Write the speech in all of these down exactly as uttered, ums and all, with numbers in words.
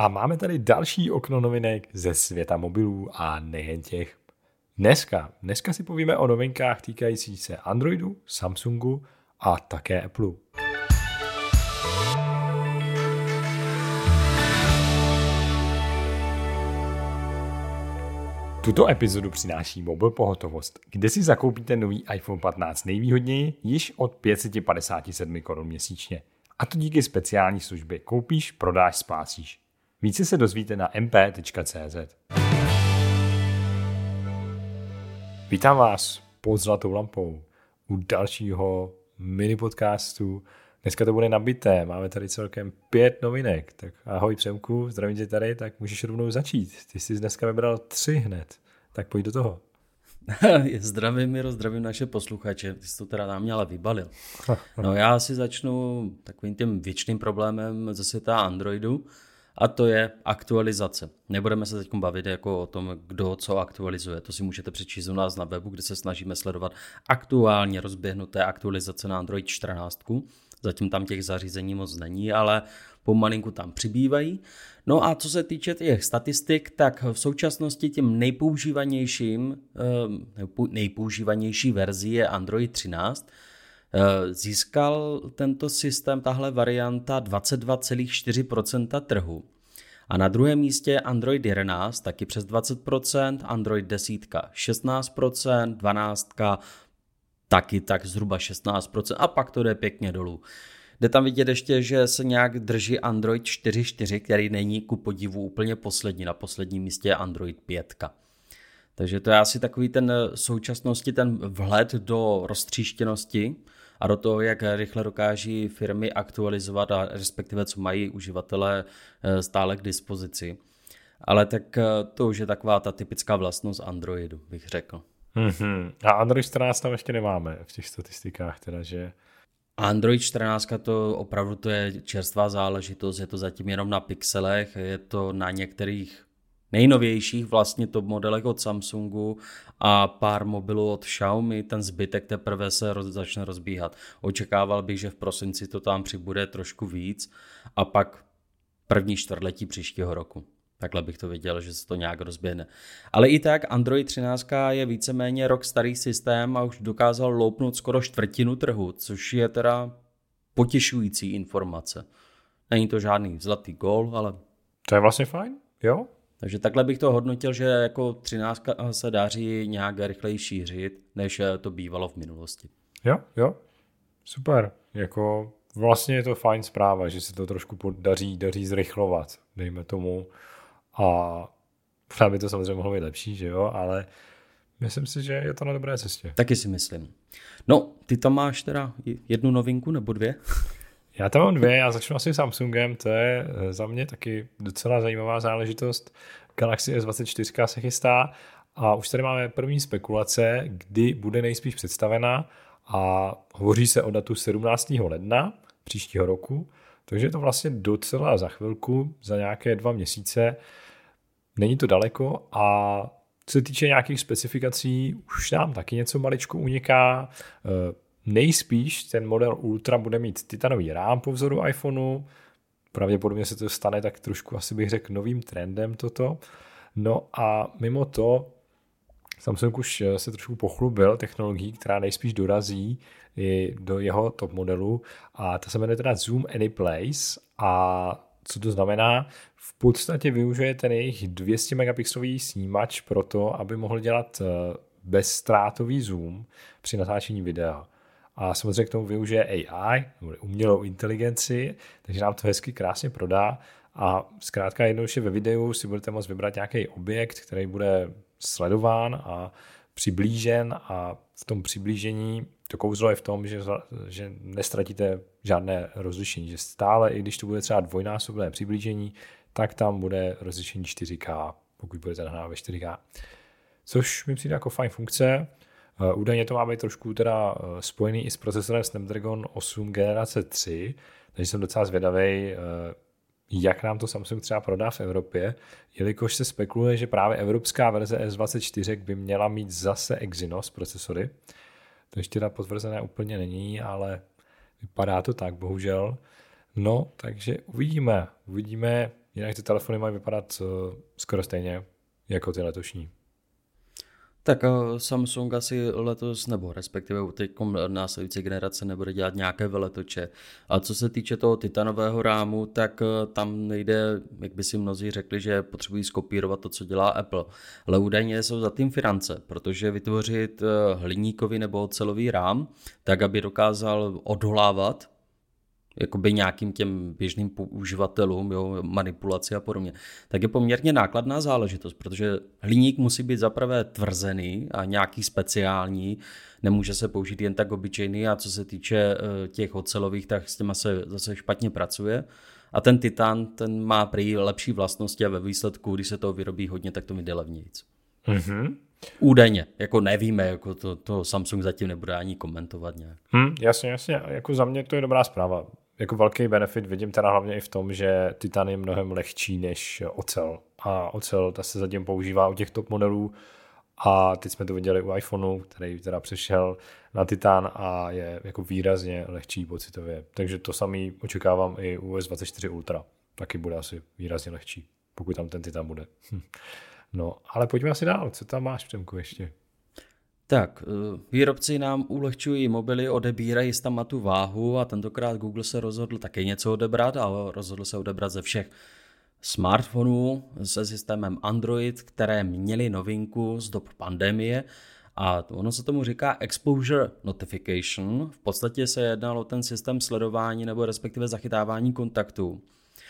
A máme tady další okno novinek ze světa mobilů a nejen těch. Dneska, dneska si povíme o novinkách týkající se Androidu, Samsungu a také Apple. Tuto epizodu přináší Mobil Pohotovost, kde si zakoupíte nový iPhone patnáct nejvýhodněji již od pět set padesát sedm korun měsíčně. A to díky speciální službě Koupíš, prodáš, splácíš. Více se dozvíte na m p tečka c z. Vítám vás pod zlatou lampou u dalšího mini podcastu. Dneska to bude nabité, máme tady celkem pět novinek. Tak ahoj Přemku, zdravím tě tady, tak můžeš rovnou začít. Ty jsi dneska vybral tři hned, tak pojď do toho. Zdravím Miro, zdravím naše posluchače, ty jsi to teda nám měla vybalil. No já si začnu takovým tím věčným problémem ze světa Androidu a to je aktualizace. Nebudeme se teď bavit jako o tom, kdo co aktualizuje, to si můžete přečíst u nás na webu, kde se snažíme sledovat aktuálně rozběhnuté aktualizace na Android čtrnáct. Zatím tam těch zařízení moc není, ale pomalinku tam přibývají. No a co se týče těch statistik, tak v současnosti tím nejpoužívanějším, nejpoužívanější verzí je Android třináct. Získal tento systém, tahle varianta dvacet dva celá čtyři procenta trhu. A na druhém místě Android jedenáct, taky přes dvacet procent, Android deset šestnáct procent, dvanáct taky tak zhruba šestnáct procent a pak to jde pěkně dolů. Jde tam vidět ještě, že se nějak drží Android čtyři tečka čtyři, který není ku podivu úplně poslední. Na posledním místě je Android pět. Takže to je asi takový ten současnosti, ten vhled do roztříštěnosti a do toho, jak rychle dokáží firmy aktualizovat a respektive co mají uživatelé stále k dispozici. Ale tak to už je taková ta typická vlastnost Androidu, bych řekl. Mm-hmm. A Android čtrnáct tam ještě nemáme v těch statistikách, teda, že... Android čtrnáct to opravdu to je čerstvá záležitost, je to zatím jenom na pixelech, je to na některých nejnovějších vlastně top modelech od Samsungu a pár mobilů od Xiaomi, ten zbytek teprve se roz, začne rozbíhat. Očekával bych, že v prosinci to tam přibude trošku víc a pak první čtvrtletí příštího roku. Takhle bych to viděl, že se to nějak rozběhne. Ale i tak Android třináct je víceméně rok starý systém a už dokázal loupnout skoro čtvrtinu trhu, což je teda potěšující informace. Není to žádný zlatý gól, ale... To je vlastně fajn, jo? Takže takhle bych to hodnotil, že jako třináct se daří nějak rychleji šířit, než to bývalo v minulosti. Jo, jo, super. Jako vlastně je to fajn zpráva, že se to trošku daří, daří zrychlovat, dejme tomu. A právě to samozřejmě mohlo být lepší, že jo, ale myslím si, že je to na dobré cestě. Taky si myslím. No, ty tam máš teda jednu novinku nebo dvě? Já tam mám dvě, já začnu asi Samsungem, to je za mě taky docela zajímavá záležitost. Galaxy S dvacet čtyři se chystá a už tady máme první spekulace, kdy bude nejspíš představena a hovoří se o datu sedmnáctého ledna příštího roku, takže je to vlastně docela za chvilku, za nějaké dva měsíce. Není to daleko a co se týče nějakých specifikací, už nám taky něco maličko uniká. Nejspíš ten model Ultra bude mít titanový rám po vzoru iPhoneu. Pravděpodobně se to stane tak trošku, asi bych řekl, novým trendem toto. No a mimo to Samsung už se trošku pochlubil technologií, která nejspíš dorazí i do jeho top modelu a ta se jmenuje teda Zoom Anyplace a co to znamená? V podstatě využije ten jejich dvě stě megapixelový snímač pro to, aby mohl dělat bezztrátový zoom při natáčení videa. A samozřejmě k tomu využije A I, umělou inteligenci, takže nám to hezky krásně prodá a zkrátka jednoduše ve videu si budete moct vybrat nějaký objekt, který bude sledován a přiblížen a v tom přiblížení to kouzlo je v tom, že, že nestratíte žádné rozlišení, že stále, i když to bude třeba dvojnásobné přiblížení, tak tam bude rozlišení čtyři ká, pokud budete nahrávat ve čtyři ká. Což mi přijde jako fajn funkce. Údajně to má být trošku teda spojený i s procesorem Snapdragon osm generace tři, takže jsem docela zvědavý, jak nám to Samsung třeba prodá v Evropě, jelikož se spekuluje, že právě evropská verze S dvacet čtyři by měla mít zase Exynos procesory. To ještě teda potvrzené úplně není, ale vypadá to tak, bohužel. No, takže uvidíme. Uvidíme, jinak ty telefony mají vypadat skoro stejně jako ty letošní. Tak Samsung asi letos, nebo respektive u teď následující generace nebude dělat nějaké veletoče. A co se týče toho titanového rámu, tak tam nejde, jak by si mnozí řekli, že potřebují skopírovat to, co dělá Apple. Ale údajně jsou za tím finance, protože vytvořit hliníkový nebo ocelový rám, tak aby dokázal odholávat jakoby nějakým těm běžným použivatelům, jo, manipulaci a podobně, tak je poměrně nákladná záležitost, protože hliník musí být zaprvé tvrzený a nějaký speciální, nemůže se použít jen tak obyčejný a co se týče těch ocelových, tak s těma se zase špatně pracuje. A ten titan, ten má prý lepší vlastnosti a ve výsledku, když se toho vyrobí hodně, tak to mi jde levnějc. Mm-hmm. Údajně, jako nevíme, jako to, to Samsung zatím nebude ani komentovat nějak. Hmm, jasně, jasně, jako za mě to je dobrá zpráva. Jako velký benefit vidím teda hlavně i v tom, že titan je mnohem lehčí než ocel. A ocel ta se zatím používá u těch top modelů a teď jsme to viděli u iPhoneu, který teda přešel na titan a je jako výrazně lehčí pocitově. Takže to samý očekávám i u U S dvacet čtyři Ultra. Taky bude asi výrazně lehčí, pokud tam ten titan bude. Hm. No, ale pojďme asi dál. Co tam máš, Přemku, ještě? Tak, výrobci nám ulehčují mobily, odebírají tam tu váhu a tentokrát Google se rozhodl taky něco odebrat a rozhodl se odebrat ze všech smartphonů se systémem Android, které měly novinku z dob pandemie a ono se tomu říká Exposure Notification. V podstatě se jednalo o ten systém sledování nebo respektive zachytávání kontaktů,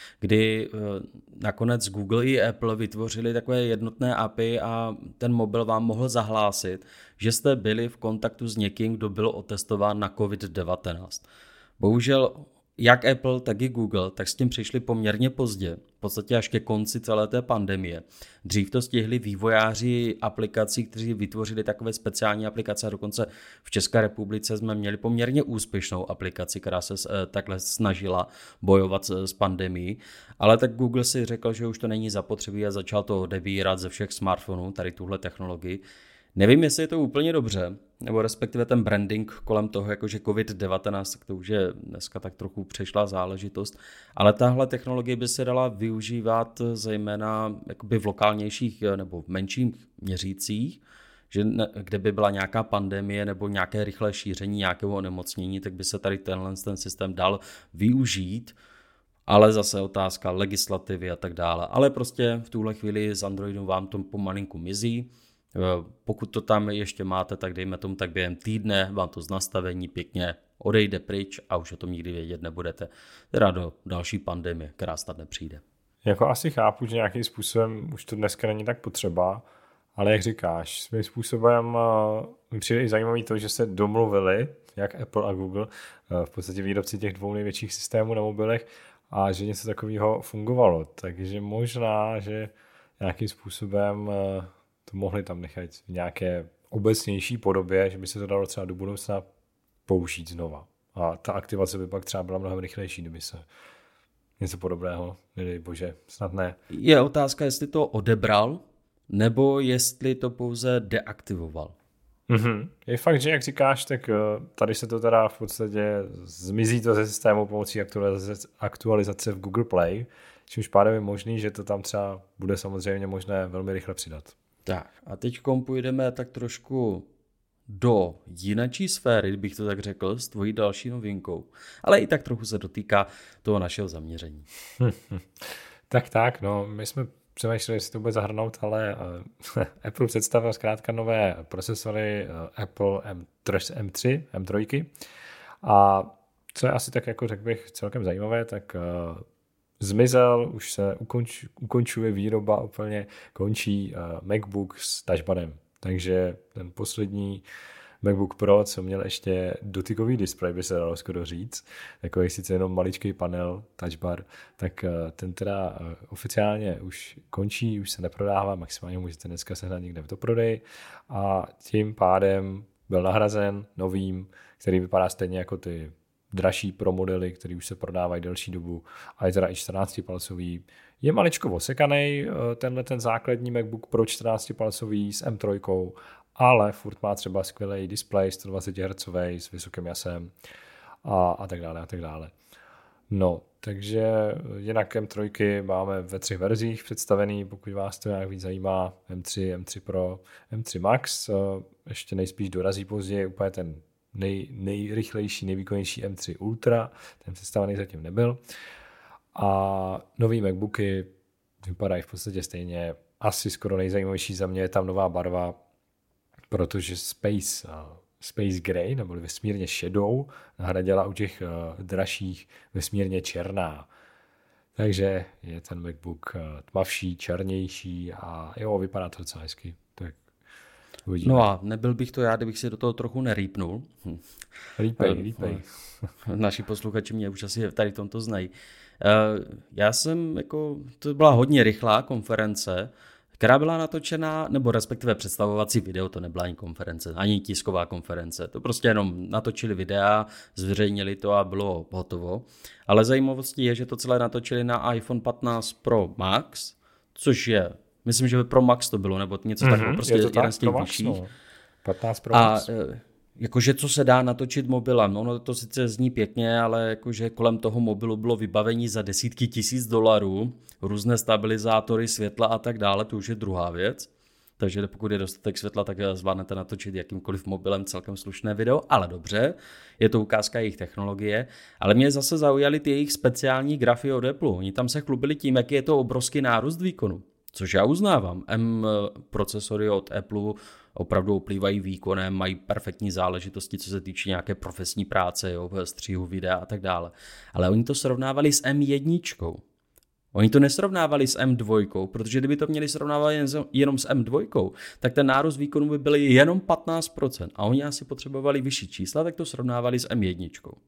kdy nakonec Google i Apple vytvořili takové jednotné A P I a ten mobil vám mohl zahlásit, že jste byli v kontaktu s někým, kdo byl otestován na covid devatenáct. Bohužel jak Apple, tak i Google, tak s tím přišli poměrně pozdě, v podstatě až ke konci celé té pandemie. Dřív to stihli vývojáři aplikací, kteří vytvořili takové speciální aplikace a dokonce v České republice jsme měli poměrně úspěšnou aplikaci, která se takhle snažila bojovat s pandemií, ale tak Google si řekl, že už to není zapotřebí a začal to odebírat ze všech smartphonů, tady tuhle technologii. Nevím, jestli je to úplně dobře, nebo respektive ten branding kolem toho, jakože covid devatenáct, tak to už je dneska tak trochu přešla záležitost, ale tahle technologie by se dala využívat zejména jakoby v lokálnějších nebo v menších měřících, že ne, kde by byla nějaká pandemie nebo nějaké rychlé šíření nějakého onemocnění, tak by se tady tenhle ten systém dal využít, ale zase otázka legislativy a tak dále. Ale prostě v tuhle chvíli z Androidu vám to pomalinku mizí. Pokud to tam ještě máte, tak dejme tomu, tak během týdne vám to z nastavení pěkně odejde pryč a už o tom nikdy vědět nebudete. Teda do další pandemie, která snad nepřijde. Jako asi chápu, že nějakým způsobem už to dneska není tak potřeba, ale jak říkáš, svým způsobem mi přijde i zajímavý to, že se domluvili, jak Apple a Google, v podstatě výrobci těch dvou největších systémů na mobilech a že něco takového fungovalo. Takže možná, že nějakým způsobem to mohli tam nechat v nějaké obecnější podobě, že by se to dalo třeba do budoucna použít znova. A ta aktivace by pak třeba byla mnohem rychlejší, kdyby se něco podobného, nedej bože, snad ne. Je otázka, jestli to odebral, nebo jestli to pouze deaktivoval. Mm-hmm. Je fakt, že jak říkáš, tak tady se to teda v podstatě zmizí to ze systému pomocí aktualizace, aktualizace v Google Play, čímž pádem je možný, že to tam třeba bude samozřejmě možné velmi rychle přidat. Tak a teď půjdeme tak trošku do jinačí sféry, bych to tak řekl, s tvojí další novinkou. Ale i tak trochu se dotýká toho našeho zaměření. tak tak, no, my jsme přemýšleli, jestli to bude zahrnout, ale uh, Apple představil zkrátka nové procesory uh, Apple M tři, M tři. A co je asi tak, jako řekl bych, celkem zajímavé, tak uh, zmizel, už se ukonč, ukončuje výroba, úplně končí uh, MacBook s touchbarem. Takže ten poslední MacBook Pro, co měl ještě dotykový displej, by se dalo skoro říct, takový sice jenom maličký panel, touchbar, tak uh, ten teda uh, oficiálně už končí, už se neprodává, maximálně můžete dneska sehnat někde v doprodeji a tím pádem byl nahrazen novým, který vypadá stejně jako ty dražší pro modely, které už se prodávají delší dobu a je teda i čtrnáctipalcový. Je maličko osekanej tenhle ten základní MacBook Pro čtrnáctipalcový s M tři, ale furt má třeba skvělý displej sto dvacet hertzů s vysokým jasem a, a tak dále a tak dále. No, takže jinak M tři máme ve třech verzích představený, pokud vás to nějak víc zajímá, M tři, M tři Pro, M tři Max, ještě nejspíš dorazí později úplně ten nej, nejrychlejší, nejvýkonnější M tři Ultra, ten představený zatím nebyl. A nový MacBooky vypadají v podstatě stejně. Asi skoro nejzajímavější za mě je tam nová barva, protože Space, Space Gray, neboli vesmírně šedou, nahradila u těch dražších vesmírně černá. Takže je ten MacBook tmavší, černější a jo, vypadá to docela hezky. Tak uvidíme. No a nebyl bych to já, kdybych si do toho trochu nerýpnul. Rýpej, rýpej. Naši posluchači mě už asi tady v tomto znají. Já jsem, jako, to byla hodně rychlá konference, která byla natočená, nebo respektive představovací video, to nebyla ani konference, ani tisková konference. To prostě jenom natočili videa, zveřejnili to a bylo hotovo. Ale zajímavostí je, že to celé natočili na iPhone patnáct Pro Max, což je, myslím, že Pro Max to bylo, nebo něco mm-hmm, takového, prostě jeden tak, z těch vyšších. No. patnáct Pro Max. A jakože co se dá natočit mobilem, no, no to sice zní pěkně, ale jakože kolem toho mobilu bylo vybavení za desítky tisíc dolarů, různé stabilizátory, světla a tak dále, to už je druhá věc. Takže pokud je dostatek světla, tak zvládnete natočit jakýmkoliv mobilem celkem slušné video, ale dobře, je to ukázka jejich technologie, ale mě zase zaujaly ty jejich speciální grafy od Apple. Oni tam se chlubili tím, jaký je to obrovský nárůst výkonu, což já uznávám. M procesory od Apple opravdu oplývají výkonem, mají perfektní záležitosti, co se týče nějaké profesní práce, jo, střihu videa a tak dále. Ale oni to srovnávali s M jedna. Oni to nesrovnávali s M dva, protože kdyby to měli srovnávat jenom s M dva, tak ten nárůst výkonu by byl jenom patnáct procent a oni asi potřebovali vyšší čísla, tak to srovnávali s M jedna.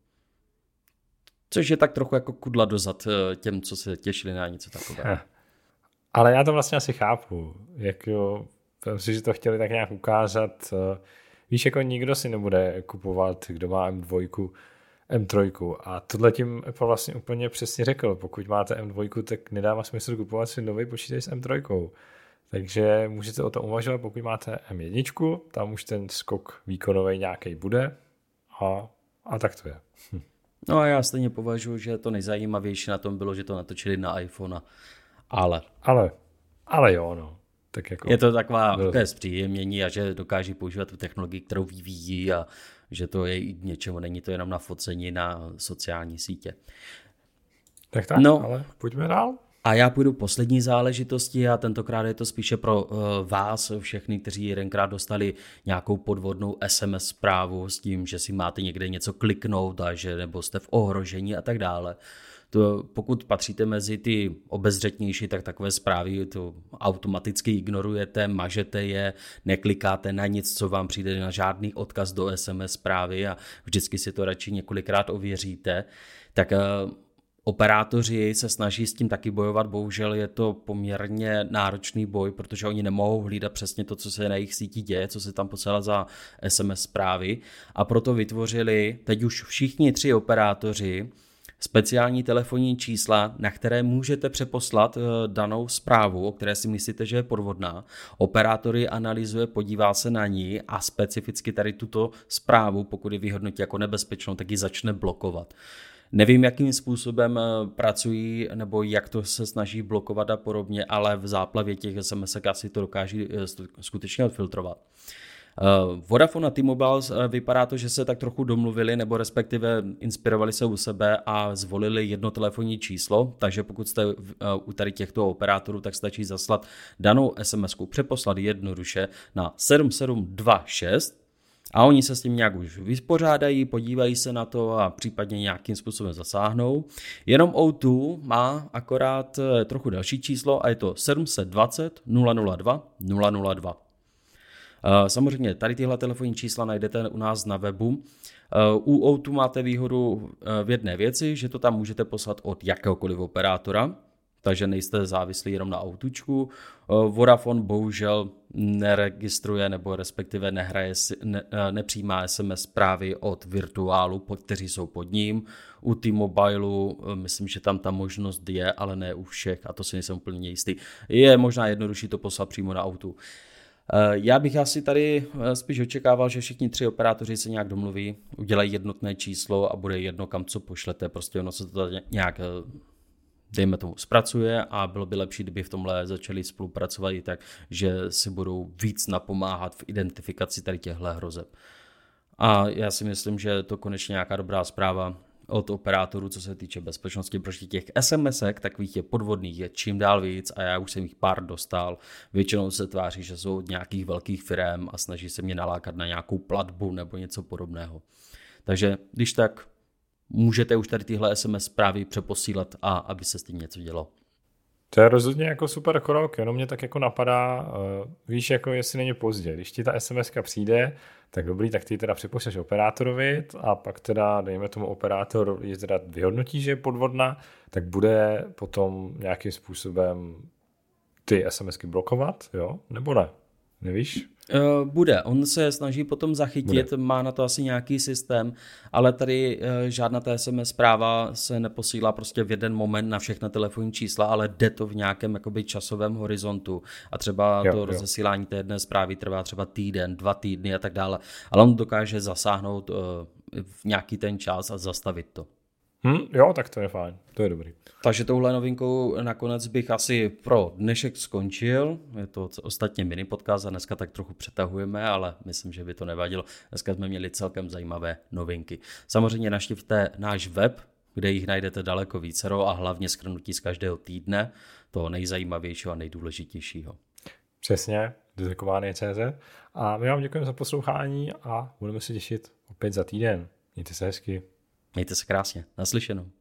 Což je tak trochu jako kudla dozad těm, co se těšili na něco takového. Ale já to vlastně asi chápu, jak jo, myslím, že to chtěli tak nějak ukázat. Víš, jako nikdo si nebude kupovat, kdo má M dva, M tři. A tohle tím Apple vlastně úplně přesně řekl. Pokud máte M dva, tak nedává smysl kupovat si nový počítač s M tři. Takže můžete o tom uvažovat, pokud máte M jedna, tam už ten skok výkonový nějaký bude a, a tak to je. Hm. No a já stejně považuji, že to nejzajímavější na tom bylo, že to natočili na iPhone, ale... Ale, ale jo, no. Tak jako je to taková takové zpříjemnění a že dokáží používat tu technologii, kterou vyvíjí a že to je i k něčemu, není to jenom na focení na sociální sítě. Tak tak, no, ale pojďme dál. A já půjdu poslední záležitosti a tentokrát je to spíše pro uh, vás všechny, kteří jedenkrát dostali nějakou podvodnou S M S zprávu s tím, že si máte někde něco kliknout a že nebo jste v ohrožení a tak dále. To, pokud patříte mezi ty obezřetnější, tak takové zprávy to automaticky ignorujete, mažete je, neklikáte na nic, co vám přijde, na žádný odkaz do S M S zprávy a vždycky si to radši několikrát ověříte. Tak uh, operátoři se snaží s tím taky bojovat, bohužel je to poměrně náročný boj, protože oni nemohou hlídat přesně to, co se na jejich síti děje, co se tam posílá za S M S zprávy a proto vytvořili teď už všichni tři operátoři speciální telefonní čísla, na které můžete přeposlat danou zprávu, o které si myslíte, že je podvodná. Operátor ji analyzuje, podívá se na ní a specificky tady tuto zprávu, pokud ji vyhodnotí jako nebezpečnou, tak ji začne blokovat. Nevím, jakým způsobem pracují nebo jak to se snaží blokovat a podobně, ale v záplavě těch S M S asi to dokáží skutečně odfiltrovat. Vodafone a T-Mobile vypadá to, že se tak trochu domluvili nebo respektive inspirovali se u sebe a zvolili jedno telefonní číslo, takže pokud jste u tady těchto operátorů, tak stačí zaslat danou S M S-ku, přeposlat jednoduše na sedm sedm dva šest a oni se s tím nějak už vyspořádají, podívají se na to a případně nějakým způsobem zasáhnou. Jenom O dva má akorát trochu další číslo a je to sedm set dvacet nula nula dva nula nula dva. Samozřejmě tady tyhle telefonní čísla najdete u nás na webu. U O dva máte výhodu v jedné věci, že to tam můžete poslat od jakéhokoliv operátora, takže nejste závislí jenom na autučku. Vodafone bohužel neregistruje nebo respektive nehraje, ne, nepřijímá S M S zprávy od virtuálu, kteří jsou pod ním. U T-Mobileu myslím, že tam ta možnost je, ale ne u všech a to si nejsem úplně jistý. Je možná jednodušší to poslat přímo na autu. Já bych asi tady spíš očekával, že všichni tři operátoři se nějak domluví, udělají jednotné číslo a bude jedno, kam co pošlete. Prostě ono se to nějak, dejme tomu, zpracuje a bylo by lepší, kdyby v tomhle začali spolupracovat i tak, že si budou víc napomáhat v identifikaci tady těchto hrozeb. A já si myslím, že je to konečně nějaká dobrá zpráva od operátorů, co se týče bezpečnosti, protože těch SMSek, takových je podvodných, je čím dál víc a já už jsem jich pár dostal. Většinou se tváří, že jsou od nějakých velkých firem a snaží se mě nalákat na nějakou platbu nebo něco podobného. Takže když tak, můžete už tady tyhle es em es zprávy přeposílat a aby se s tím něco dělo. To je rozhodně jako super krok, jenom mě tak jako napadá, uh, víš, jako jestli není pozdě, když ti ta SMSka přijde, tak dobrý, tak ty teda přepošleš operátorovi a pak teda, dejme tomu operátor, je teda vyhodnotí, že je podvodná, tak bude potom nějakým způsobem ty SMSky blokovat, jo? Nebo ne? Nevíš? Uh, bude, on se snaží potom zachytit, bude. Má na to asi nějaký systém, ale tady uh, žádná ta es em es zpráva se neposílá prostě v jeden moment na všechna telefonní čísla, ale jde to v nějakém jakoby časovém horizontu a třeba jo, to jo. rozesílání té jedné zprávy trvá třeba týden, dva týdny a tak dále, ale on dokáže zasáhnout uh, v nějaký ten čas a zastavit to. Hmm, jo, tak to je fajn, to je dobrý. Takže touhle novinkou nakonec bych asi pro dnešek skončil. Je to ostatně mini podcast a dneska tak trochu přetahujeme, ale myslím, že by to nevadilo. Dneska jsme měli celkem zajímavé novinky. Samozřejmě naštivte náš web, kde jich najdete daleko vícero a hlavně shrnutí z každého týdne, toho nejzajímavějšího a nejdůležitějšího. Přesně, detekování tečka cé zet. A my vám děkujeme za poslouchání a budeme se těšit opět za týden. Mějte se hezky. Mějte se krásně. Naslyšenou.